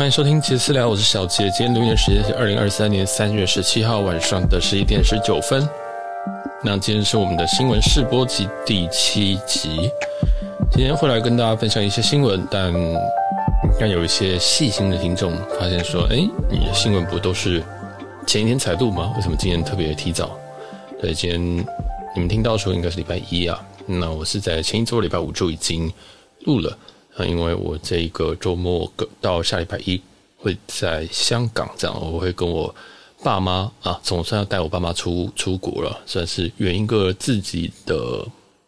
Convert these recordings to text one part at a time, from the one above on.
欢迎收听杰私聊，我是小杰。今天录音的时间是2023年3月17号晚上的11点19分。那今天是我们的新闻试播集第7集。今天会来跟大家分享一些新闻，但有一些细心的听众发现说，你的新闻不都是前一天才录吗？为什么今天特别提早？对，今天你们听到的时候应该是礼拜一啊。那我是在前一周礼拜五就已经录了。因为我这一个周末到下礼拜一会在香港，这样我会跟我爸妈啊，总算要带我爸妈出国了，算是圆一个自己的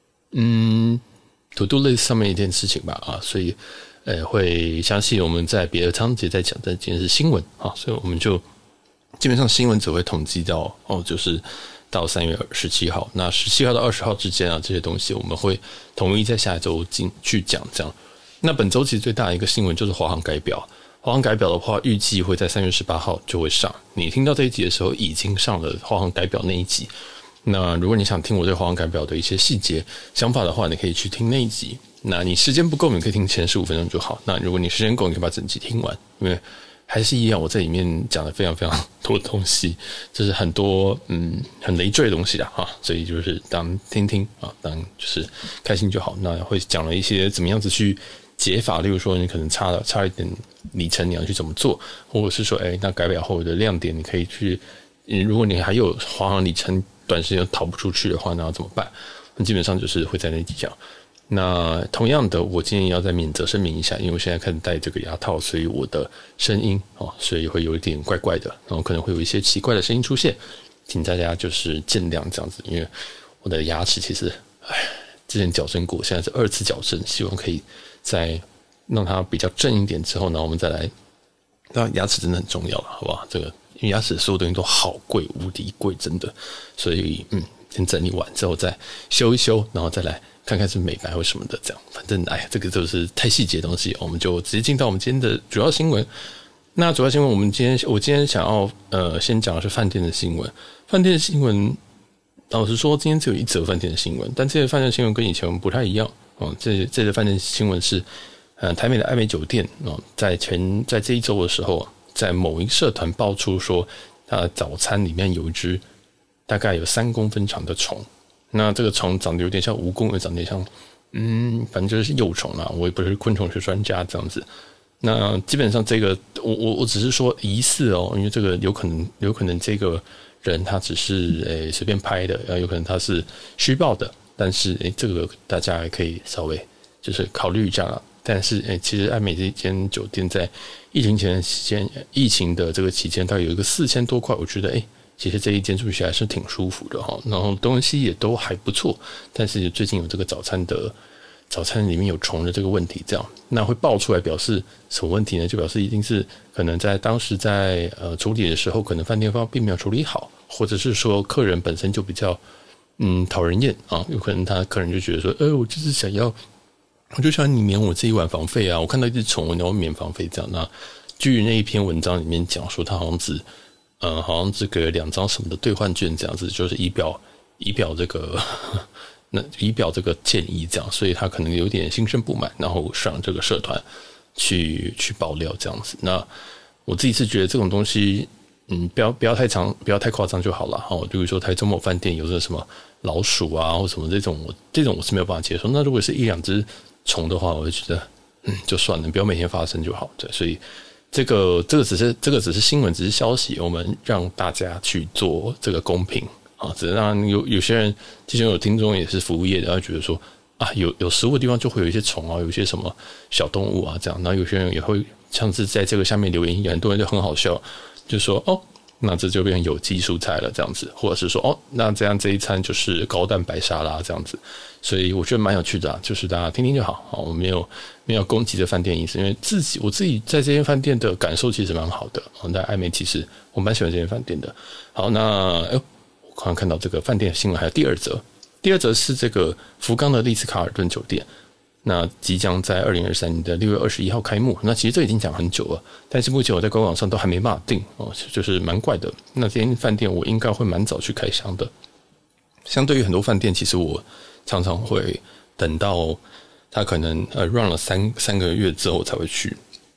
to do list 上面一件事情吧啊，所以会相信我们在别的章节再讲，但今天是新闻啊，所以我们就基本上新闻只会统计到就是到3月17号，那17号到20号之间啊，这些东西我们会统一在下一周去讲这样。那本周其实最大的一个新闻就是华航改表，华航改表的话预计会在3月18号就会上，你听到这一集的时候已经上了华航改表那一集。那如果你想听我对华航改表的一些细节想法的话，你可以去听那一集。那你时间不够，你可以听前15分钟就好。那如果你时间够，你可以把整集听完，因为还是一样，我在里面讲了非常非常多的东西，就是很多很累赘的东西啦啊，所以就是当听听啊，当就是开心就好。那会讲了一些怎么样子去解法，例如说你可能差一点里程，你要去怎么做，或者是说那改表后的亮点你可以去，如果你还有华航里程短时间逃不出去的话，那要怎么办？那基本上就是会在那集讲。那同样的，我今天也要再免责声明一下，因为我现在开始戴这个牙套，所以我的声音所以会有一点怪怪的，然后可能会有一些奇怪的声音出现，请大家就是见谅这样子，因为我的牙齿其实之前矫正过，现在是2次矫正，希望可以再让它比较正一点之后呢，我们再来。当然牙齿真的很重要了，好不好？这个因为牙齿所有东西都好贵，无敌贵，真的。所以先整理完之后再修一修，然后再来看看是美白或什么的，这样。反正这个就是太细节的东西，我们就直接进到我们今天的主要新闻。那主要新闻我今天想要先讲的是饭店的新闻。饭店的新闻，老实说，今天只有一则饭店的新闻，但这个饭店的新闻跟以前不太一样。这则饭店新闻是台北的艾美酒店在这一周的时候，在某一社团爆出说，它的早餐里面有一只大概有3公分长的虫。那这个虫长得有点像蜈蚣，也长得像反正就是幼虫啦，我也不是昆虫学专家这样子。那基本上这个我只是说疑似因为这个有可能这个人他只是随便拍的，有可能他是虚报的。但是这个大家也可以稍微就是考虑一下啦。但是其实艾美这间酒店在疫情的这个期间，大概有一个4000多块，我觉得其实这一间住起来是挺舒服的哈，然后东西也都还不错。但是最近有这个早餐里面有虫的这个问题，这样那会爆出来表示什么问题呢？就表示一定是可能在当时在处理的时候，可能饭店方并没有处理好，或者是说客人本身就比较讨人厌啊，有可能客人就觉得说，我就想你免我这一晚房费啊，我看到一只虫，然后免房费这样。那据那一篇文章里面讲说，他好像只给了2张什么的兑换券这样子，就是以表这个以表这个歉意这样，所以他可能有点心生不满，然后上这个社团去爆料这样子。那我自己是觉得这种东西不要太长，不要太夸张就好了。比如说台中某饭店有这什么老鼠啊或什么这种我是没有办法接受。那如果是1-2只虫的话，我就觉得就算了，不要每天发生就好。对，所以这个只是新闻，只是消息，我们让大家去做这个公平啊。只是让有些人，其实有听众也是服务业的，他觉得说有食物的地方就会有一些虫啊，有一些什么小动物啊这样。然后有些人也会像是在这个下面留言，很多人就很好笑，就说那这就变成有机蔬菜了这样子，或者是说那这一餐就是高蛋白沙拉这样子。所以我觉得蛮有趣的就是大家听听就好。我没有攻击这饭店意思，因为我自己在这间饭店的感受其实蛮好的。在艾美其实我蛮喜欢这间饭店的。好，那我刚刚看到这个饭店新闻还有第二则是这个福冈的丽思卡尔顿酒店，那即将在2023年的6月21号开幕。那其实这已经讲很久了，但是目前我在官网上都还没办法订就是蛮怪的。那这间饭店我应该会蛮早去开箱的。相对于很多饭店，其实我常常会等到他可能run 了三个月之后才会去。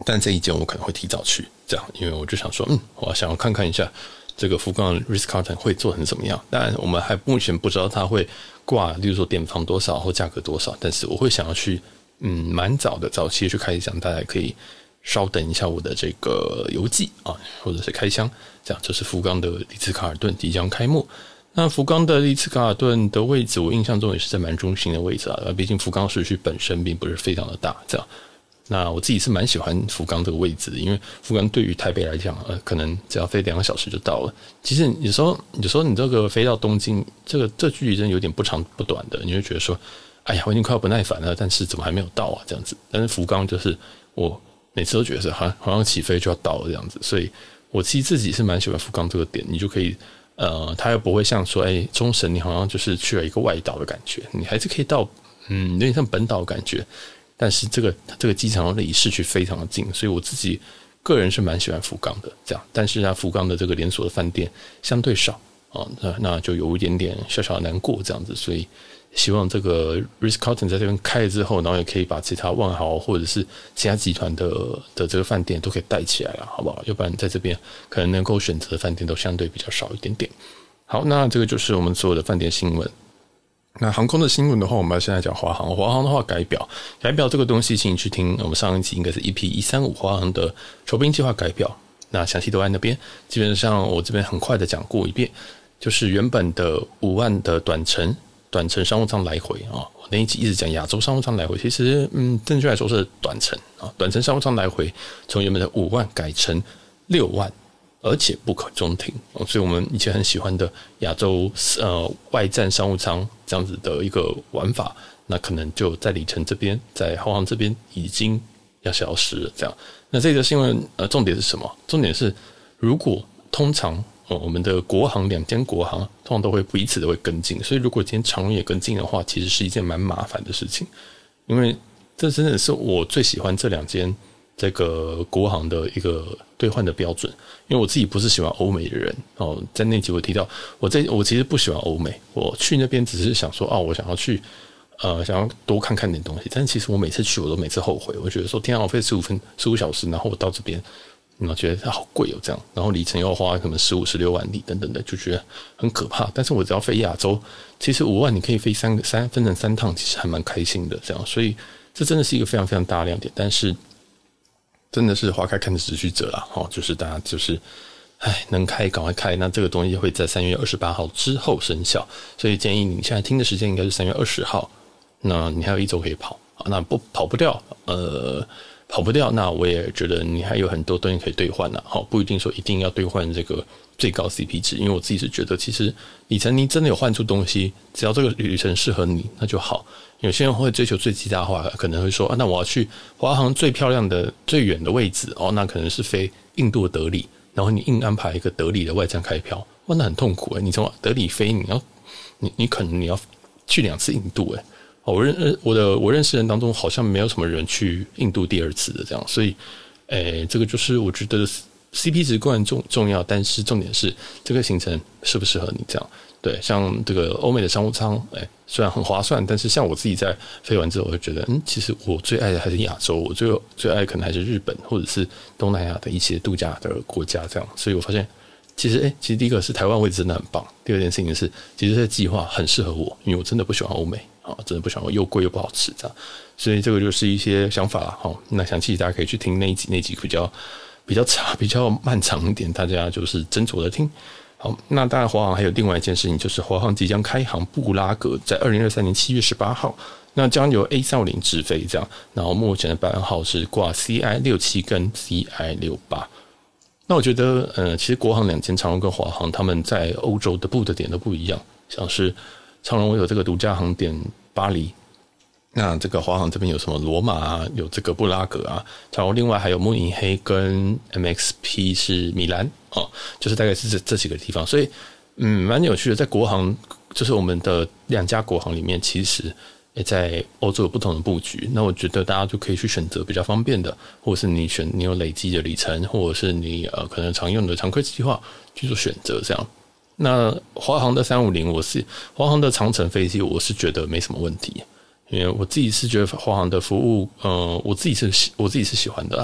但这一间我可能会提早去，这样，因为我就想说，我想要看看一下这个福冈 Ritz-Carlton 会做成怎么样。当然，我们还目前不知道它会挂，例如说点房多少或价格多少，但是我会想要去，蛮早期去开箱，大家可以稍等一下我的这个邮寄啊，或者是开箱，这样就是福冈的丽兹卡尔顿即将开幕。那福冈的丽兹卡尔顿的位置，我印象中也是在蛮中心的位置啊，毕竟福冈市区本身并不是非常的大，这样。那我自己是蛮喜欢福冈这个位置的，因为福冈对于台北来讲，可能只要飞2个小时就到了。其实有时候你这个飞到东京，这距离真的有点不长不短的，你会觉得说，哎呀，我已经快要不耐烦了，但是怎么还没有到啊？这样子。但是福冈就是我每次都觉得是好像起飞就要到了这样子，所以我其实自己是蛮喜欢福冈这个点，你就可以它又不会像说，冲绳你好像就是去了一个外岛的感觉，你还是可以到有点像本岛的感觉。但是这个机场离市区非常的近，所以我自己个人是蛮喜欢福冈的这样。但是福冈的这个连锁的饭店相对少那就有一点点小小的难过这样子。所以希望这个 Ritz-Carlton 在这边开了之后，然后也可以把其他万豪或者是其他集团的这个饭店都可以带起来了，好不好？要不然在这边可能能够选择的饭店都相对比较少一点点。好，那这个就是我们所有的饭店新闻。那航空的新闻的话，我们现在讲华航。华航的话改表这个东西，请你去听我们上一集应该是 EP135华航的筹兵计划改表，那详细都在那边。基本上我这边很快的讲过一遍，就是原本的5万的短程商务舱来回我那一集一直讲亚洲商务舱来回，其实正确来说是短程短程商务舱来回从原本的5万改成6万。而且不可中停，所以我们以前很喜欢的亚洲外站商务舱这样子的一个玩法，那可能就在里程这边，在华航这边已经要消失了。这样，那这个新闻重点是什么？重点是，如果通常我们的国航2间国航通常都会彼此的会跟进，所以如果今天长荣也跟进的话，其实是一件蛮麻烦的事情，因为这真的是我最喜欢这2间。这个国航的一个兑换的标准，因为我自己不是喜欢欧美的人在那集我提到，我其实不喜欢欧美，我去那边只是想说我想要去想要多看看点东西，但其实我每次去我都每次后悔，我觉得说天啊，我飞15小时，然后我到这边，然后觉得好贵这样，然后里程要花可能15、16万里等等的，就觉得很可怕。但是我只要飞亚洲，其实5万你可以飞分成3趟，其实还蛮开心的这样，所以这真的是一个非常非常大的亮点，但是。真的是花开看的持续者啦，就是大家就是能开赶快开，那这个东西会在3月28号之后生效，所以建议你现在听的时间应该是3月20号，那你还有1周可以跑，那跑不掉，那我也觉得你还有很多东西可以兑换啦，不一定说一定要兑换这个最高 CP 值，因为我自己是觉得其实里程你真的有换出东西，只要这个旅程适合你那就好。有些人会追求最极大化，可能会说那我要去华航最漂亮的最远的位置那可能是飞印度的德里，然后你硬安排一个德里的外站开票，那很痛苦你从德里飞你可能你要去2次印度我认识人当中好像没有什么人去印度第2次的这样，所以这个就是我觉得 CP 值固然重要，但是重点是这个行程适不适合你这样。对，像这个欧美的商务舱，虽然很划算，但是像我自己在飞完之后，我会觉得，其实我最爱的还是亚洲，我最爱可能还是日本或者是东南亚的一些度假的国家这样。所以我发现，其实第一个是台湾位置真的很棒，第二件事情是，其实这个计划很适合我，因为我真的不喜欢欧美真的不喜欢，又贵又不好吃这样。所以这个就是一些想法啦那详细大家可以去听那一集比较长、比较漫长一点，大家就是斟酌的听。好，那当然华航还有另外一件事情，就是华航即将开航布拉格，在2023年7月18号，那将由 A350 直飞这样，然后目前的班号是挂 CI67 跟 CI68。那我觉得其实国航2间长荣跟华航他们在欧洲的布的点都不一样，像是长荣有这个独家航点巴黎，那这个华航这边有什么罗马有这个布拉格然后另外还有慕尼黑跟 MXP 是米兰就是大概是这几个地方，所以蛮有趣的。在国航就是我们的2家国航里面，其实也在欧洲有不同的布局。那我觉得大家就可以去选择比较方便的，或者是你有累积的里程，或者是你可能常用的常规计划去做选择这样。那华航的350，华航的长程飞机，我是觉得没什么问题。因为我自己是觉得华航的服务，我自己是喜欢的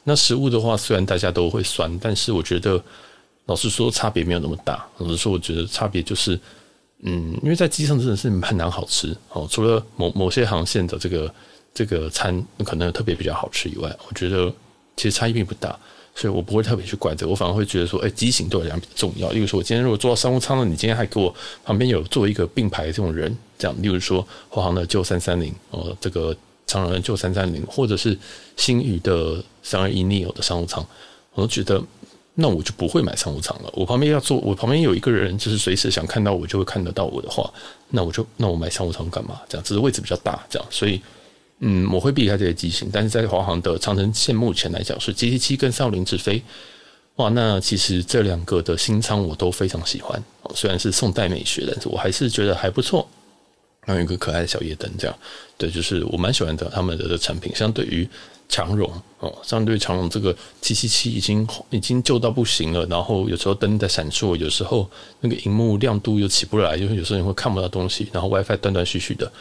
那食物的话，虽然大家都会酸，但是我觉得老实说差别没有那么大。老实说，我觉得差别就是，因为在机上真的是很难好吃哦。除了某些航线的这个餐可能特别比较好吃以外，我觉得其实差异并不大。所以我不会特别去怪这个，我反而会觉得说，机型对我来讲比较重要。例如说，我今天如果坐到商务舱了，你今天还给我旁边有做一个并排的这种人，这样，例如说华航的旧330这个长荣的旧330，或者是星宇的321neo的商务舱，我都觉得那我就不会买商务舱了。我旁边有一个人，就是随时想看到我就会看得到我的话，那我买商务舱干嘛？这样，只是位置比较大，这样，所以。我会避开这些机型，但是在华航的长程线目前来讲是777跟350直飞，哇，那其实这2个的新舱我都非常喜欢，虽然是宋代美学，但是我还是觉得还不错。然后有一个可爱的小夜灯，这样，对，就是我蛮喜欢的他们的产品，相对于长荣相对于长荣这个777已经旧到不行了，然后有时候灯在闪烁，有时候那个萤幕亮度又起不来，就是有时候你会看不到东西，然后 WiFi 断断续续的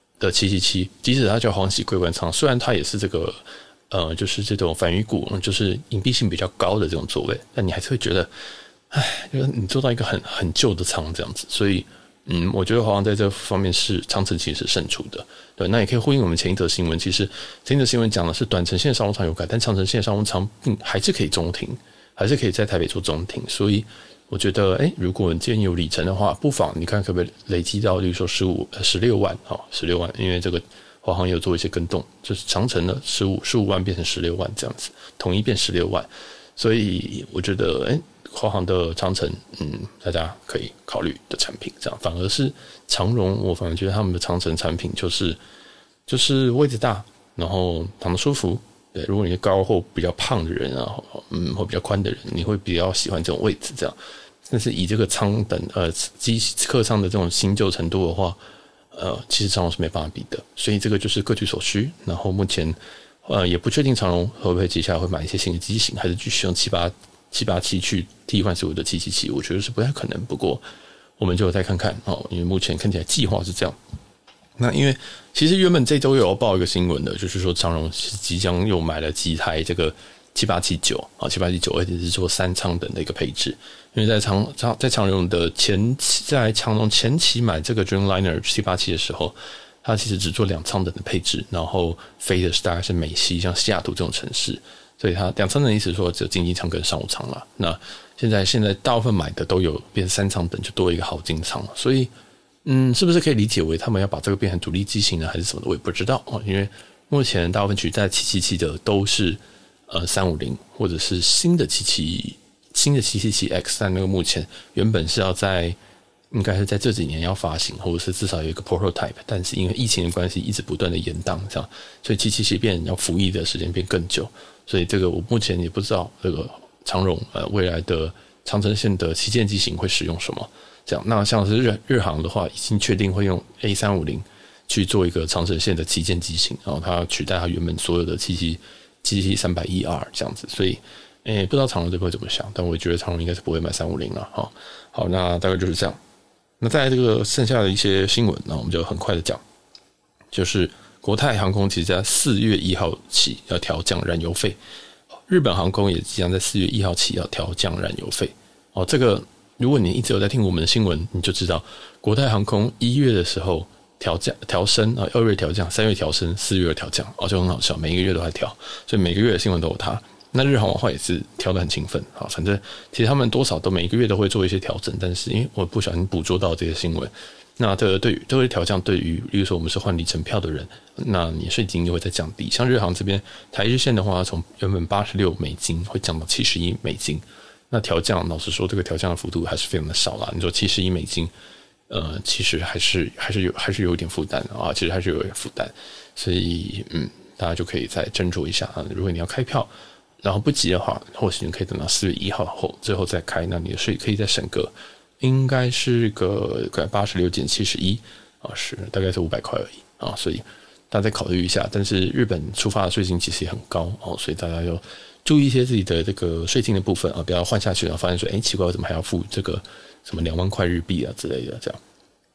777，即使它叫黄喜桂冠舱，虽然它也是这个就是这种反鱼骨，就是隐蔽性比较高的这种座位，但你还是会觉得，就是你坐到一个很旧的舱这样子，所以我觉得华航在这方面是长程其实是胜出的。对，那也可以呼应我们前一则新闻，其实前一则新闻讲的是短程线商务舱有改，但长程线商务舱还是可以中停，还是可以在台北做中停，所以。我觉得，如果你今天有里程的话，不妨你看可不可以累积到，例如说16万，16万，因为这个华航有做一些更动，就是长程的15万变成16万这样子，统一变16万，所以我觉得，华航的长程，大家可以考虑的产品，这样反而是长荣，我反而觉得他们的长程产品就是位置大，然后躺得舒服。对，如果你是高或比较胖的人啊，或比较宽的人，你会比较喜欢这种位置这样。但是以这个舱等客舱的这种新旧程度的话，其实长荣是没办法比的，所以这个就是各取所需。然后目前也不确定长荣会不会接下来会买一些新的机型，还是继续用787去替换所有的777，我觉得是不太可能。不过我们就再看看因为目前看起来计划是这样。那因为其实原本这周有要报一个新闻的，就是说长荣即将又买了几台这个7879而且是做3舱等的一个配置。因为在长荣的在长荣前期买这个 Dreamliner 787的时候，它其实只做2舱等的配置，然后飞的是大概是美西像西雅图这种城市，所以它2舱等的意思说只有经济舱跟商务舱啦。那现在大部分买的都有变3舱等，就多一个豪金舱，所以。是不是可以理解为他们要把这个变成独立机型呢，还是什么的？我也不知道因为目前大部分取代777的都是350或者是新的777X，但那个目前原本是应该是在这几年要发行，或者是至少有一个 prototype， 但是因为疫情的关系，一直不断的延宕，这样，所以777变要服役的时间变更久，所以这个我目前也不知道这个长荣未来的长程线的旗舰机型会使用什么。这样，那像是日航的话，已经确定会用 A350去做一个长程线的旗舰机型，然后它取代它原本所有的777-300ER 这样子，所以不知道长荣这边会怎么想，但我觉得长荣应该是不会买350了好，那大概就是这样。那在这个剩下的一些新闻，那我们就很快的讲，就是国泰航空其实在4月1号起要调降燃油费，日本航空也即将在4月1号起要调降燃油费这个。如果你一直有在听我们的新闻，你就知道国泰航空1月的时候调升2月调降，3月调升，4月调降就很好笑，每一个月都在调，所以每个月的新闻都有它。那日航的话也是调得很勤奋反正其实他们多少都每一个月都会做一些调整，但是因为我不小心捕捉到这些新闻，那这个对于调降，对于例如说我们是换里程票的人，那你税金又会再降低。像日航这边台日线的话，从原本$86会降到$71。那调降，老实说，这个调降的幅度还是非常的少啦。你说$71，其实还是有一点负担其实还是有点负担，所以大家就可以再斟酌一下如果你要开票，然后不急的话，或许你可以等到4月1号后，最后再开，那你的税可以再省个，应该是个86减71是大概是500块而已所以大家再考虑一下。但是日本出发的税金其实也很高所以大家要注意一些自己的这个税金的部分不要换下去，然后发现说，奇怪，我怎么还要付这个什么2万块日币之类的这样。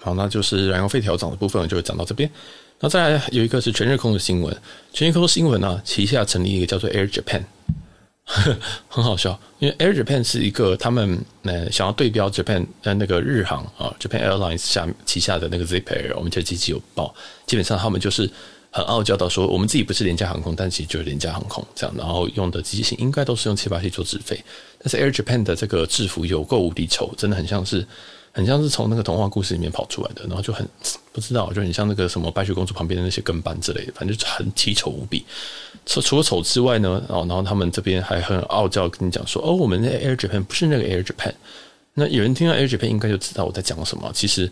好，那就是燃油费调涨的部分就会讲到这边。那再来有一个是全日空的新闻，全日空新闻啊，旗下成立一个叫做 Air Japan， 很好笑，因为 Air Japan 是一个他们想要对标 Japan 那个日航啊 Japan Airlines 旗下的那个 Zip Air， 我们这机器有报，基本上他们就是很傲娇到说我们自己不是廉价航空，但其实就是廉价航空这样，然后用的机型应该都是用787做直飞，但是 Air Japan 的这个制服有够无敌丑，真的很像是从那个童话故事里面跑出来的，然后就很不知道，就很像那个什么白雪公主旁边的那些跟班之类的，反正就很奇丑无比。除了丑之外呢，然后他们这边还很傲娇跟你讲说，我们的 Air Japan 不是那个 Air Japan。那有人听到 Air Japan 应该就知道我在讲什么。其实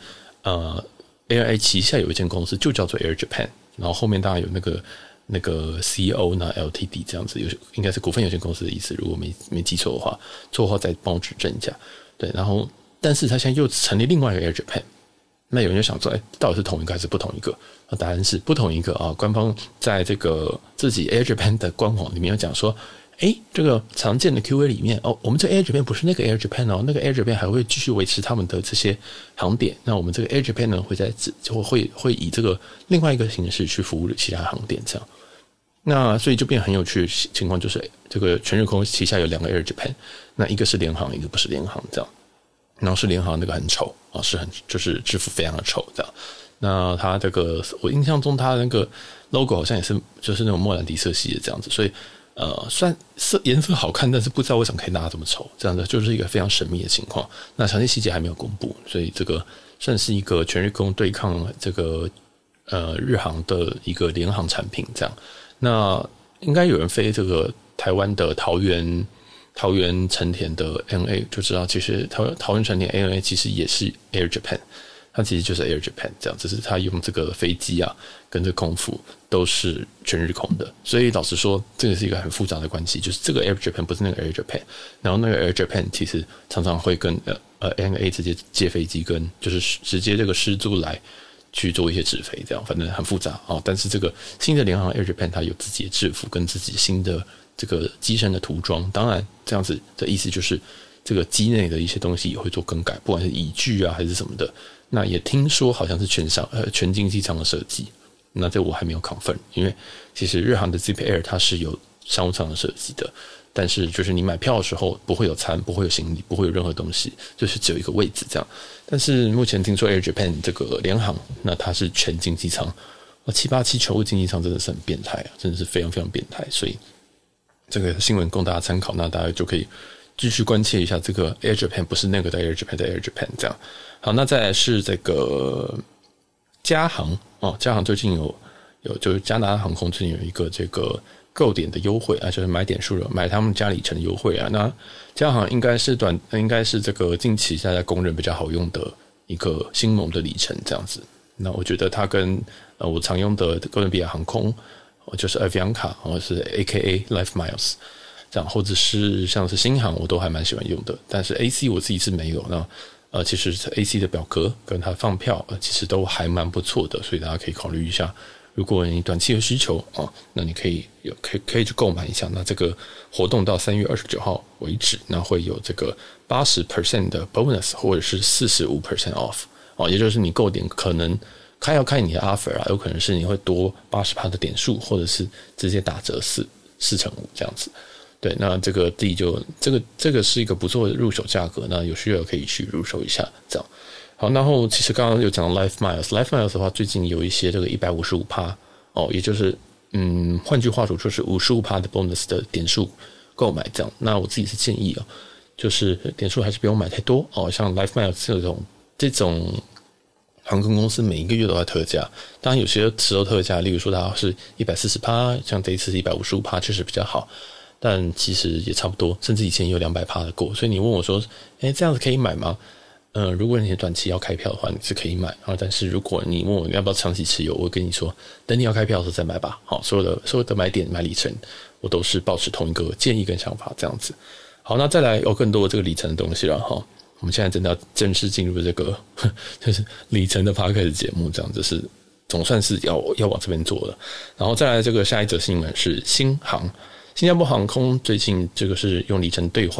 AIA 旗下有一间公司就叫做 Air Japan， 然后后面当然有那个 CEO 那 LTD 这样子，应该是股份有限公司的意思，如果没记错的话，错的话再帮我指正一下。对，然后但是他现在又成立另外一个 Air Japan， 那有人就想说，到底是同一个还是不同一个？答案是不同一个啊。官方在这个自己 Air Japan 的官网里面有讲说，这个常见的 QA 里面我们这个 Air Japan 不是那个 Air Japan 那个 Air Japan 还会继续维持他们的这些航点。那我们这个 Air Japan 呢，会以这个另外一个形式去服务其他航点这样。那所以就变很有趣的情况，就是这个全日空旗下有2个 Air Japan， 那一个是联航，一个不是联航这样。然后是联航那个很丑啊，就是制服非常的丑这样。那它这个我印象中它那个 logo 好像也是就是那种莫兰迪色系的这样子，所以虽然颜色好看，但是不知道为什么可以拉这么丑，这样的就是一个非常神秘的情况。那详细细节还没有公布，所以这个算是一个全日空对抗这个日航的一个联航产品这样。那应该有人飞这个台湾的桃园成田的 ANA 就知道，其实桃园成田 ANA 其实也是 Air Japan， 它其实就是 Air Japan 这样，只是它用这个飞机啊跟这个空服都是全日空的，所以老实说，这个是一个很复杂的关系，就是这个 Air Japan 不是那个 Air Japan， 然后那个 Air Japan 其实常常会跟ANA 直接借飞机跟就是直接这个师租来去做一些直飞，这样反正很复杂但是这个新的联航 Air Japan 它有自己的制服跟自己新的这个机身的涂装，当然这样子的意思就是这个机内的一些东西也会做更改，不管是椅具啊还是什么的。那也听说好像是全经济舱的设计，那这我还没有 confirm， 因为其实日航的 Zip Air 它是有商务舱的设计的，但是就是你买票的时候不会有餐，不会有行李，不会有任何东西，就是只有一个位置这样。但是目前听说 Air Japan 这个联航，那它是全经济舱，787全部经济舱真的是很变态啊，真的是非常非常变态，所以这个新闻供大家参考，那大家就可以继续关切一下这个 Air Japan 不是那个的 Air Japan 的 Air Japan 这样。好，那再来是这个加航加航最近有就是加拿大航空最近有一个这个购点的优惠啊，就是买点数了，买他们加里程的优惠啊。那加航应该是这个近期大家公认比较好用的一个新盟的里程这样子。那我觉得它跟我常用的哥伦比亚航空就是 Avianca 或是 AKA Life Miles 这样，或者是像是新航我都还蛮喜欢用的，但是 AC 我自己是没有。那其实 AC 的表格跟它放票其实都还蛮不错的，所以大家可以考虑一下，如果你短期有需求那你可以去购买一下。那这个活动到3月29号为止，那会有这个 80% 的 bonus 或者是 45% off也就是你购点可能要看你的 offer 有可能是你会多 80% 的点数，或者是直接打折4%这样子。对，那这个这个是一个不错的入手价格，那有需要可以去入手一下这样。好，然后其实刚刚有讲到 Life Miles 的话，最近有一些这个 155% 也就是换句话说就是 55% 的 bonus 的点数购买这样。那我自己是建议就是点数还是不用买太多像 Life Miles 这种航空公司每一个月都在特价，当然有些时候特价，例如说它是 140%， 像这一次是 155%， 确实比较好，但其实也差不多，甚至以前也有 200% 的过。所以你问我说这样子可以买吗？如果你短期要开票的话，你是可以买但是如果你问我要不要长期持有，我会跟你说等你要开票的时候再买吧。好，所有的买点买里程我都是抱持同一个建议跟想法这样子。好，那再来有更多的这个里程的东西了我们现在真的要正式进入这个就是里程的 podcast 节目，这样就是总算是要往这边做了。然后再来这个下一则新闻是新加坡航空最近这个是用里程兑换，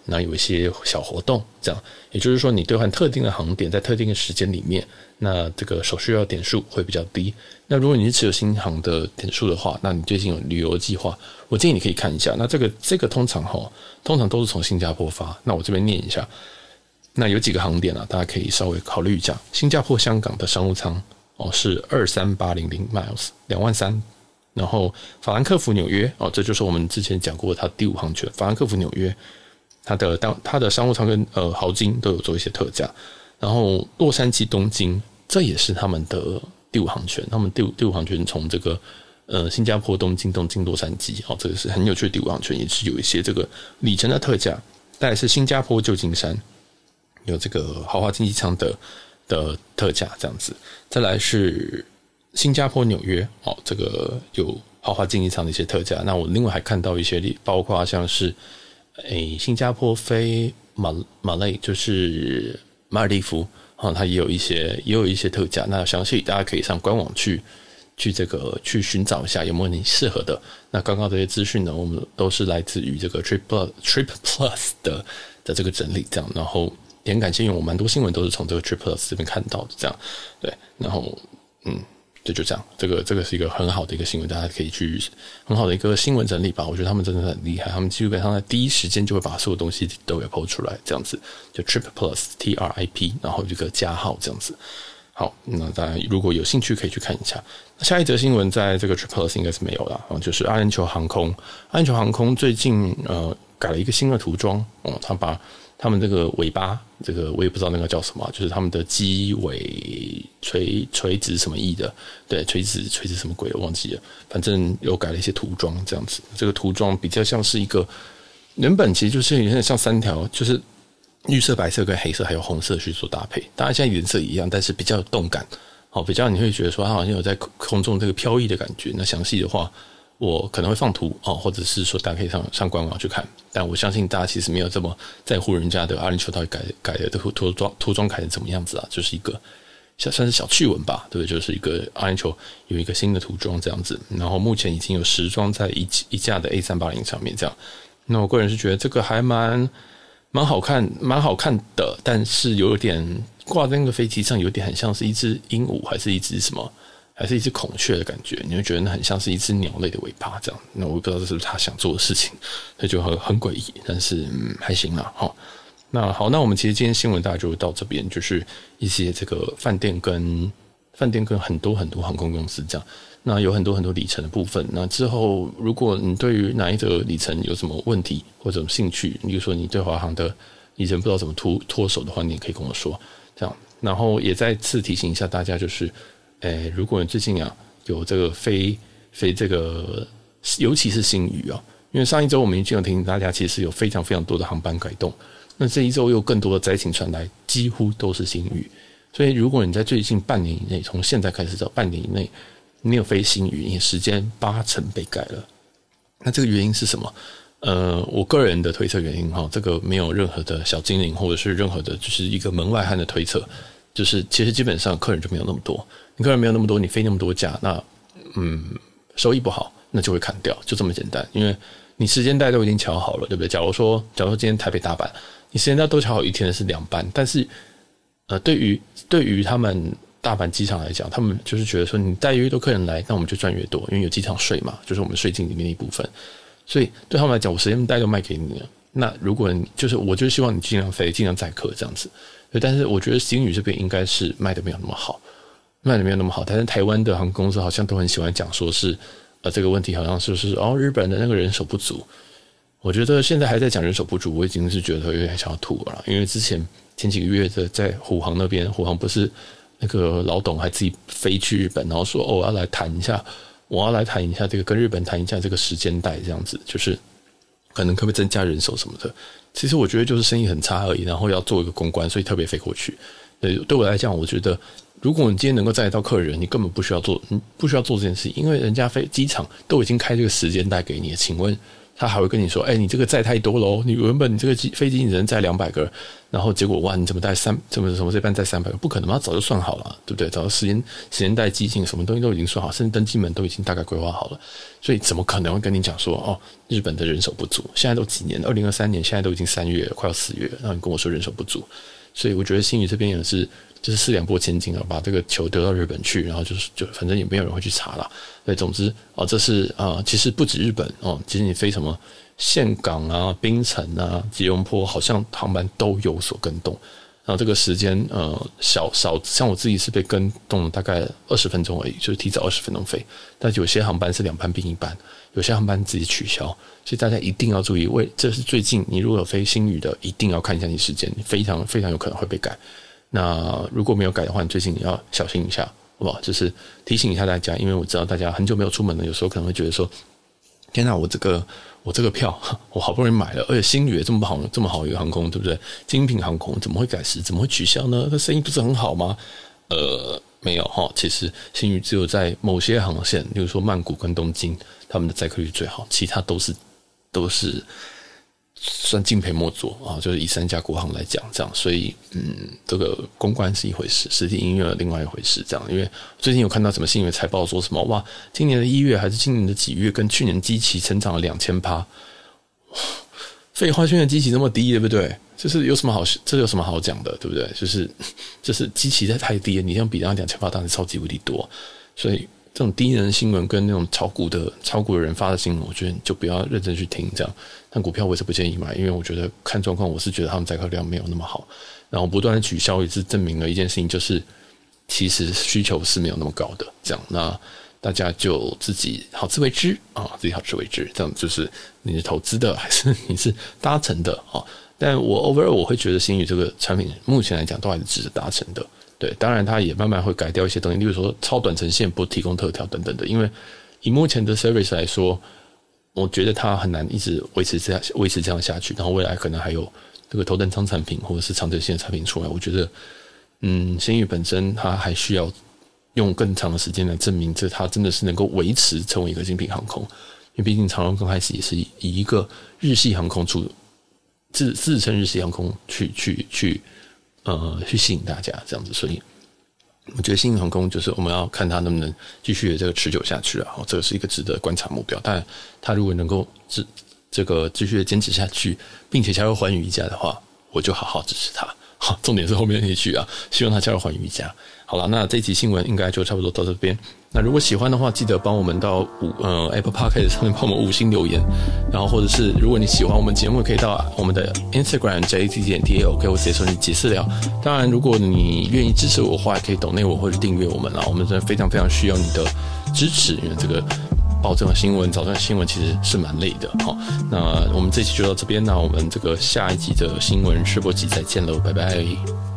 那有一些小活动，这样也就是说，你兑换特定的航点在特定的时间里面，那这个手续要点数会比较低。那如果你是持有新航的点数的话，那你最近有旅游计划，我建议你可以看一下。那这个通常都是从新加坡发，那我这边念一下。那有几个航点啊，大家可以稍微考虑一下。新加坡香港的商务舱是23800 miles 23000。然后法兰克福纽约这就是我们之前讲过它第5航权。法兰克福纽约它的商务舱跟豪金都有做一些特价。然后洛杉矶东京这也是他们的第5航权，他们第5航权从这个新加坡东京洛杉矶这个是很有趣的第5航权，也是有一些这个里程的特价。再来是新加坡旧金山有这个豪华经济舱的特价这样子。再来是新加坡纽约这个有豪华经济舱的一些特价。那我另外还看到一些包括像是新加坡飞马累就是马尔地夫它也有一些特价。那详细大家可以上官网去寻找一下有没有你适合的。那刚刚这些资讯呢，我们都是来自于这个 Trip Plus 的这个整理这样。然后也很感谢，因为我蛮多新闻都是从这个 Trip Plus 这边看到的这样。对，然后对，就这样，这个是一个很好的一个新闻，大家可以去很好的一个新闻整理吧。我觉得他们真的很厉害，他们基本上在第一时间就会把所有东西都给 po 出来，这样子就 Trip Plus TRIP， 然后这个加号这样子。好，那大家如果有兴趣可以去看一下。下一则新闻在这个 Trip Plus 应该是没有啦，就是阿联酋航空最近改了一个新的涂装他把他们这个尾巴，这个我也不知道那个叫什么，就是他们的机尾垂直什么翼的，对，垂直什么鬼我忘记了，反正有改了一些涂装这样子。这个涂装比较像是一个原本其实就是有点像3条，就是绿色、白色跟黑色还有红色去做搭配。当然现在颜色一样，但是比较有动感，比较你会觉得说它好像有在空中这个飘逸的感觉。那详细的话我可能会放图或者是说大家可以上官网去看，但我相信大家其实没有这么在乎人家的阿联酋到底改的涂装改的怎么样子啊，就是一个算是小趣闻吧，对不对？就是一个阿联酋有一个新的涂装这样子，然后目前已经有实装在一架的 A380 上面这样。那我个人是觉得这个还蛮好看的，但是有点挂在那个飞机上，有点很像是一只鹦鹉还是一只什么。还是一只孔雀的感觉，你会觉得那很像是一只鸟类的尾巴这样。那我不知道这是不是他想做的事情，所以就很诡异，但是还行啦。那好，那我们其实今天新闻大概就到这边，就是一些这个饭店跟很多航空公司这样。那有很多里程的部分。那之后如果你对于哪一则里程有什么问题或者有兴趣，比如说你对华航的里程不知道怎么脱手的话，你也可以跟我说这样。然后也再次提醒一下大家，就是如果你最近有这个飞这个，尤其是星宇因为上一周我们已经有提醒大家，其实有非常非常多的航班改动。那这一周又更多的灾情传来，几乎都是星宇。所以如果你在最近半年以内，从现在开始到半年以内，你有飞星宇，你的时间80%被改了。那这个原因是什么？我个人的推测原因这个没有任何的小精灵或者是任何的，就是一个门外汉的推测。就是其实基本上客人就没有那么多，你客人没有那么多，你飞那么多架，那收益不好，那就会砍掉，就这么简单。因为你时间带都已经调好了，对不对？假如说今天台北大阪，你时间带都调好一天的是2班，但是对于他们大阪机场来讲，他们就是觉得说你带越多客人来，那我们就赚越多，因为有机场税嘛，就是我们税金里面的一部分。所以对他们来讲，我时间带都卖给你了，那如果我就希望你尽量飞，尽量载客这样子。但是我觉得星宇这边应该是卖的没有那么好，但是台湾的航空公司好像都很喜欢讲说是这个问题好像就是日本的那个人手不足。我觉得现在还在讲人手不足，我已经是觉得有点想要吐了，因为前几个月在虎航那边，虎航不是那个老董还自己飞去日本，然后说我要来谈一下这个跟日本谈一下这个时间带这样子，就是可能可不可以增加人手什么的。其实我觉得就是生意很差而已，然后要做一个公关，所以特别飞过去。对我来讲，我觉得如果你今天能够载得到客人，你根本不需要做这件事，因为人家机场都已经开这个时间带给你了，请问他还会跟你说，你这个载太多咯，你原本你这个飞机你只能载200个，然后结果哇，你怎么这班载300个？不可能嘛，早就算好了，对不对？早就时间带机进，什么东西都已经算好，甚至登机门都已经大概规划好了，所以怎么可能会跟你讲说，日本的人手不足？现在都几年，2023年，现在都已经3月了，快要4月了，然后你跟我说人手不足，所以我觉得星宇这边也是。就是4两拨千斤啊，把这个球丢到日本去，然后就反正也没有人会去查啦。对，总之这是其实不止日本其实你飞什么岘港啊、槟城啊、吉隆坡，好像航班都有所跟动。然后这个时间少，像我自己是被跟动了大概20分钟而已，就是提早20分钟飞。但有些航班是2班并1班，有些航班直接取消，所以大家一定要注意。这是最近你如果有飞星宇的，一定要看一下你时间，非常非常有可能会被改。那如果没有改的话，你最近你要小心一下，好不好？就是提醒一下大家，因为我知道大家很久没有出门了，有时候可能会觉得说，天哪，我这个票我好不容易买了，而且星宇也这么好一个航空，对不对？精品航空怎么会改时，怎么会取消呢？这生意不是很好吗？没有哈，其实星宇只有在某些航线，例如说曼谷跟东京，他们的载客率最好，其他都是算敬陪末座啊，就是以3家国航来讲，这样，所以这个公关是一回事，实体营业另外一回事，这样。因为最近有看到什么新闻财报说什么哇，今年的1月还是今年的几月，跟去年基期成长了2000%，废话，去年基期这么低，对不对？就是有什么好讲的，对不对？就是基期太低了，你这样比那2000%当然超级无敌多，所以。这种低能的新闻跟那种炒股的人发的新闻，我觉得就不要认真去听这样。但股票我也是不建议买，因为我觉得看状况，我是觉得他们载客量没有那么好，然后不断的取消也是证明了一件事情，就是其实需求是没有那么高的。这样，那大家就自己好自为之啊，自己好自为之。这样就是你是投资的还是你是搭乘的啊？但我 overall 我会觉得星宇这个产品目前来讲都还是值得搭乘的。对，当然它也慢慢会改掉一些东西，例如说超短程线不提供特调等等的，因为以目前的 service 来说，我觉得它很难一直维持这样下去，然后未来可能还有这个头等舱产品或者是长程线的产品出来，我觉得星宇本身它还需要用更长的时间来证明这它真的是能够维持成为一个精品航空，因为毕竟长荣刚开始也是以一个日系航空自称日系航空去吸引大家这样子，所以我觉得星宇航空就是我们要看它能不能继续的这个持久下去啊，这个是一个值得观察目标。但它如果能够这个继续的坚持下去，并且加入寰宇一家的话，我就好好支持它。好，重点是后面那一句啊，希望它加入寰宇一家。好了，那这一集新闻应该就差不多到这边。那如果喜欢的话，记得帮我们到Apple Podcast 上面帮我们5星留言，然后或者是如果你喜欢我们节目，可以到我们的 Instagram JATT.DAO 给我直接说你解释聊。当然，如果你愿意支持我的话，也可以抖内我或者订阅我们啦。我们真的非常非常需要你的支持，因为这个报这种新闻、找这种新闻其实是蛮累的。好，那我们这期就到这边，那我们这个下一集的新闻试播集再见喽，拜拜。